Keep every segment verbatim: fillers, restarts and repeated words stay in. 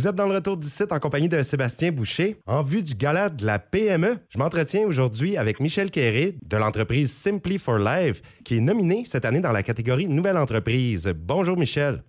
Vous êtes dans le retour du site en compagnie de Sébastien Boucher. En vue du gala de la P M E, je m'entretiens aujourd'hui avec Michel Quéré de l'entreprise Simply for Life, qui est nominé cette année dans la catégorie Nouvelle entreprise. Bonjour Michel.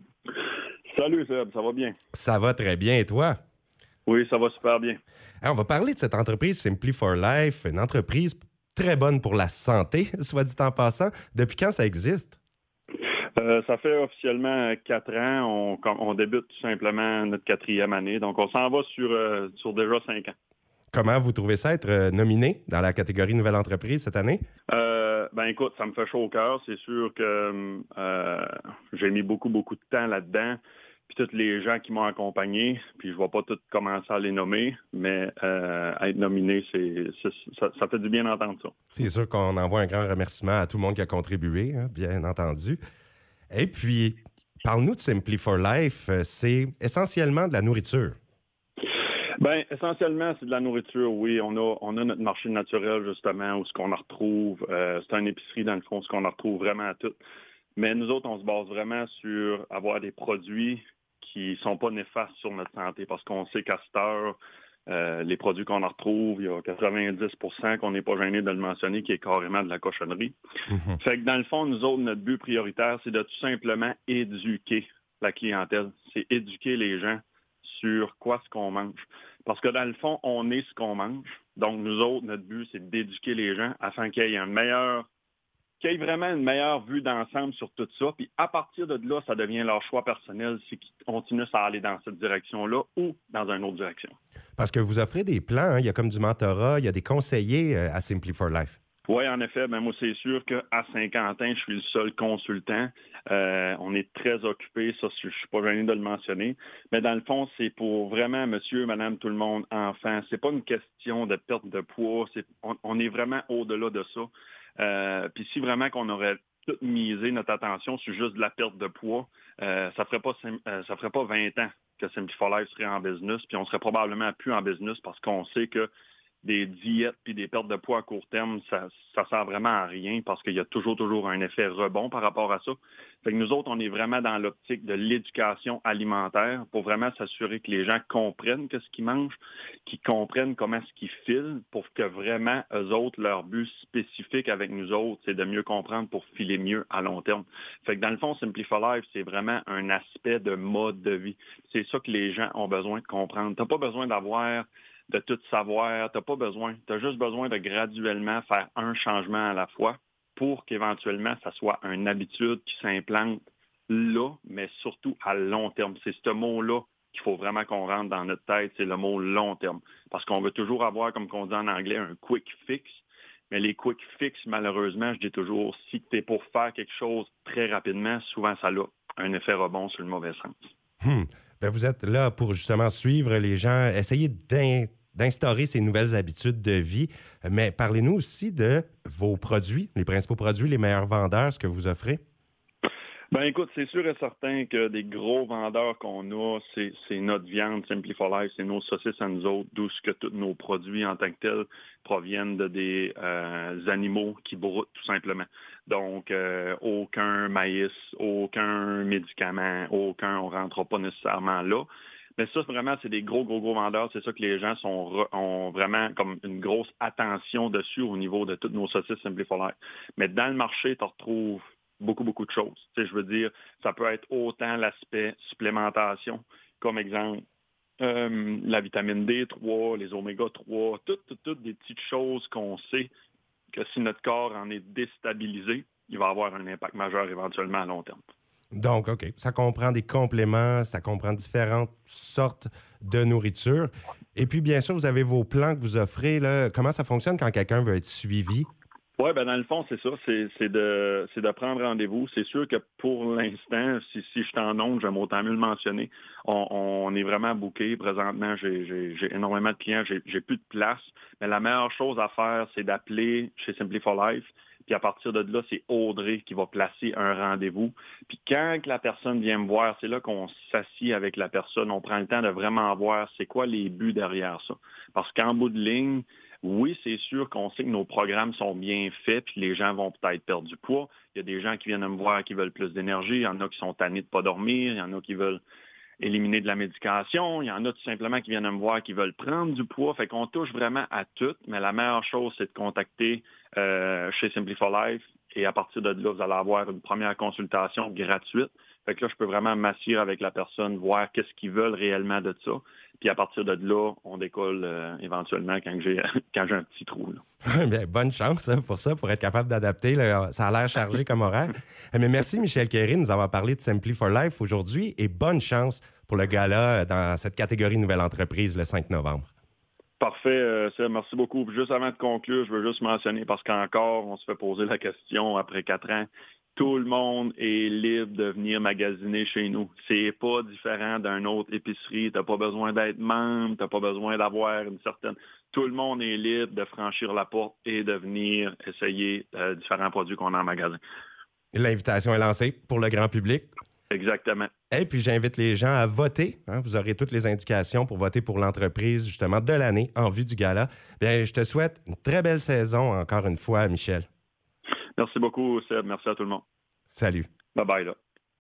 Salut Seb, ça va bien? Ça va très bien et toi? Oui, ça va super bien. Alors, on va parler de cette entreprise Simply for Life, une entreprise très bonne pour la santé, soit dit en passant. Depuis quand ça existe? Euh, ça fait officiellement quatre ans. On, on débute tout simplement notre quatrième année. Donc, on s'en va sur, euh, sur déjà cinq ans. Comment vous trouvez ça être euh, nominé dans la catégorie Nouvelle entreprise cette année? Euh, ben écoute, ça me fait chaud au cœur. C'est sûr que euh, j'ai mis beaucoup, beaucoup de temps là-dedans. Puis tous les gens qui m'ont accompagné, puis je ne vais pas tout commencer à les nommer, mais euh, être nominé, c'est, c'est ça, ça fait du bien d'entendre ça. C'est sûr qu'on envoie un grand remerciement à tout le monde qui a contribué, hein, bien entendu. Et puis, parle-nous de Simply for Life. C'est essentiellement de la nourriture. Bien, essentiellement, c'est de la nourriture, oui. On a, on a notre marché naturel, justement, où ce qu'on en retrouve. Euh, c'est une épicerie, dans le fond, ce qu'on en retrouve vraiment à tout. Mais nous autres, on se base vraiment sur avoir des produits qui ne sont pas néfastes sur notre santé, parce qu'on sait qu'à cette heure, euh, les produits qu'on en retrouve, il y a quatre-vingt-dix pour cent qu'on n'est pas gêné de le mentionner, qui est carrément de la cochonnerie. Mm-hmm. Fait que dans le fond, nous autres, notre but prioritaire, c'est de tout simplement éduquer la clientèle. C'est éduquer les gens sur quoi ce qu'on mange. Parce que dans le fond, on est ce qu'on mange. Donc, nous autres, notre but, c'est d'éduquer les gens afin qu'il y ait un meilleur qu'il y ait vraiment une meilleure vue d'ensemble sur tout ça. Puis à partir de là, ça devient leur choix personnel, c'est qu'ils continuent à aller dans cette direction-là ou dans une autre direction. Parce que vous offrez des plans, hein? Il y a comme du mentorat, il y a des conseillers à Simply for Life. Oui, en effet. Ben moi, c'est sûr qu'à cinquante ans, je suis le seul consultant. Euh, on est très occupé, ça, je ne suis pas gêné de le mentionner. Mais dans le fond, c'est pour vraiment monsieur, madame, tout le monde, enfant. C'est pas une question de perte de poids. C'est, on, on est vraiment au-delà de ça. Euh, puis si vraiment qu'on aurait tout misé notre attention sur juste de la perte de poids, euh, ça ferait pas euh, ça ferait pas vingt ans que Simply for Life serait en business, puis on serait probablement plus en business parce qu'on sait que des diètes puis des pertes de poids à court terme, ça ça sert vraiment à rien parce qu'il y a toujours, toujours un effet rebond par rapport à ça. Fait que nous autres, on est vraiment dans l'optique de l'éducation alimentaire pour vraiment s'assurer que les gens comprennent ce qu'ils mangent, qu'ils comprennent comment est-ce qu'ils filent pour que vraiment, eux autres, leur but spécifique avec nous autres, c'est de mieux comprendre pour filer mieux à long terme. Fait que dans le fond, Simply for Life, c'est vraiment un aspect de mode de vie. C'est ça que les gens ont besoin de comprendre. T'as pas besoin d'avoir de tout savoir, tu n'as pas besoin. Tu as juste besoin de graduellement faire un changement à la fois pour qu'éventuellement, ça soit une habitude qui s'implante là, mais surtout à long terme. C'est ce mot-là qu'il faut vraiment qu'on rentre dans notre tête, c'est le mot long terme. Parce qu'on veut toujours avoir, comme on dit en anglais, un quick fix. Mais les quick fix, malheureusement, je dis toujours, si tu es pour faire quelque chose très rapidement, souvent ça a un effet rebond sur le mauvais sens. Hmm. Ben, vous êtes là pour justement suivre les gens, essayer d'in- d'instaurer ces nouvelles habitudes de vie. Mais parlez-nous aussi de vos produits, les principaux produits, les meilleurs vendeurs, ce que vous offrez. Ben écoute, c'est sûr et certain que des gros vendeurs qu'on a, c'est, c'est notre viande Simply for Life, c'est nos saucisses à nous autres, d'où ce que tous nos produits en tant que tels proviennent de des euh, animaux qui broutent tout simplement. Donc, euh, aucun maïs, aucun médicament, aucun, on ne rentrera pas nécessairement là. Mais ça, vraiment, c'est des gros, gros, gros vendeurs. C'est ça que les gens sont, ont vraiment comme une grosse attention dessus au niveau de toutes nos saucisses Simply for Life. Mais dans le marché, tu retrouves beaucoup, beaucoup de choses. Tu sais, je veux dire, ça peut être autant l'aspect supplémentation, comme exemple, euh, la vitamine D trois, les oméga trois, toutes, toutes, toutes des petites choses qu'on sait que si notre corps en est déstabilisé, il va avoir un impact majeur éventuellement à long terme. Donc, OK, ça comprend des compléments, ça comprend différentes sortes de nourriture. Et puis, bien sûr, vous avez vos plans que vous offrez. Là. Comment ça fonctionne quand quelqu'un veut être suivi? Oui, ben dans le fond, c'est ça, c'est, c'est, de, c'est de prendre rendez-vous. C'est sûr que pour l'instant, si, si je t'en onde, j'aime autant mieux le mentionner, on, on est vraiment booké. Présentement, j'ai, j'ai, j'ai énormément de clients, j'ai, j'ai plus de place. Mais la meilleure chose à faire, c'est d'appeler chez Simply for Life. Puis à partir de là, c'est Audrey qui va placer un rendez-vous. Puis quand la personne vient me voir, c'est là qu'on s'assied avec la personne. On prend le temps de vraiment voir c'est quoi les buts derrière ça. Parce qu'en bout de ligne, oui, c'est sûr qu'on sait que nos programmes sont bien faits, puis les gens vont peut-être perdre du poids. Il y a des gens qui viennent me voir qui veulent plus d'énergie, il y en a qui sont tannés de ne pas dormir, il y en a qui veulent éliminer de la médication. Il y en a tout simplement qui viennent me voir qui veulent prendre du poids. Fait qu'on touche vraiment à tout. Mais la meilleure chose, c'est de contacter euh, chez Simply for Life. Et à partir de là, vous allez avoir une première consultation gratuite. Fait que là, je peux vraiment m'assurer avec la personne, voir qu'est-ce qu'ils veulent réellement de ça. Puis à partir de là, on décolle euh, éventuellement quand j'ai quand j'ai un petit trou. Là. Bien, bonne chance hein, pour ça, pour être capable d'adapter. Là. Ça a l'air chargé comme horaire. Mais merci, Michel Quéré, de nous avoir parlé de Simply for Life aujourd'hui et bonne chance pour le gala dans cette catégorie Nouvelle Entreprise le cinq novembre. Parfait, euh, Seb, merci beaucoup. Juste avant de conclure, je veux juste mentionner, parce qu'encore, on se fait poser la question après quatre ans, tout le monde est libre de venir magasiner chez nous. C'est pas différent d'une autre épicerie. Tu n'as pas besoin d'être membre, tu n'as pas besoin d'avoir une certaine... Tout le monde est libre de franchir la porte et de venir essayer euh, différents produits qu'on a en magasin. L'invitation est lancée pour le grand public. Exactement. Et puis, j'invite les gens à voter. Hein. Vous aurez toutes les indications pour voter pour l'entreprise, justement, de l'année en vue du gala. Bien, je te souhaite une très belle saison, encore une fois, Michel. Merci beaucoup, Seb. Merci à tout le monde. Salut. Bye-bye, là.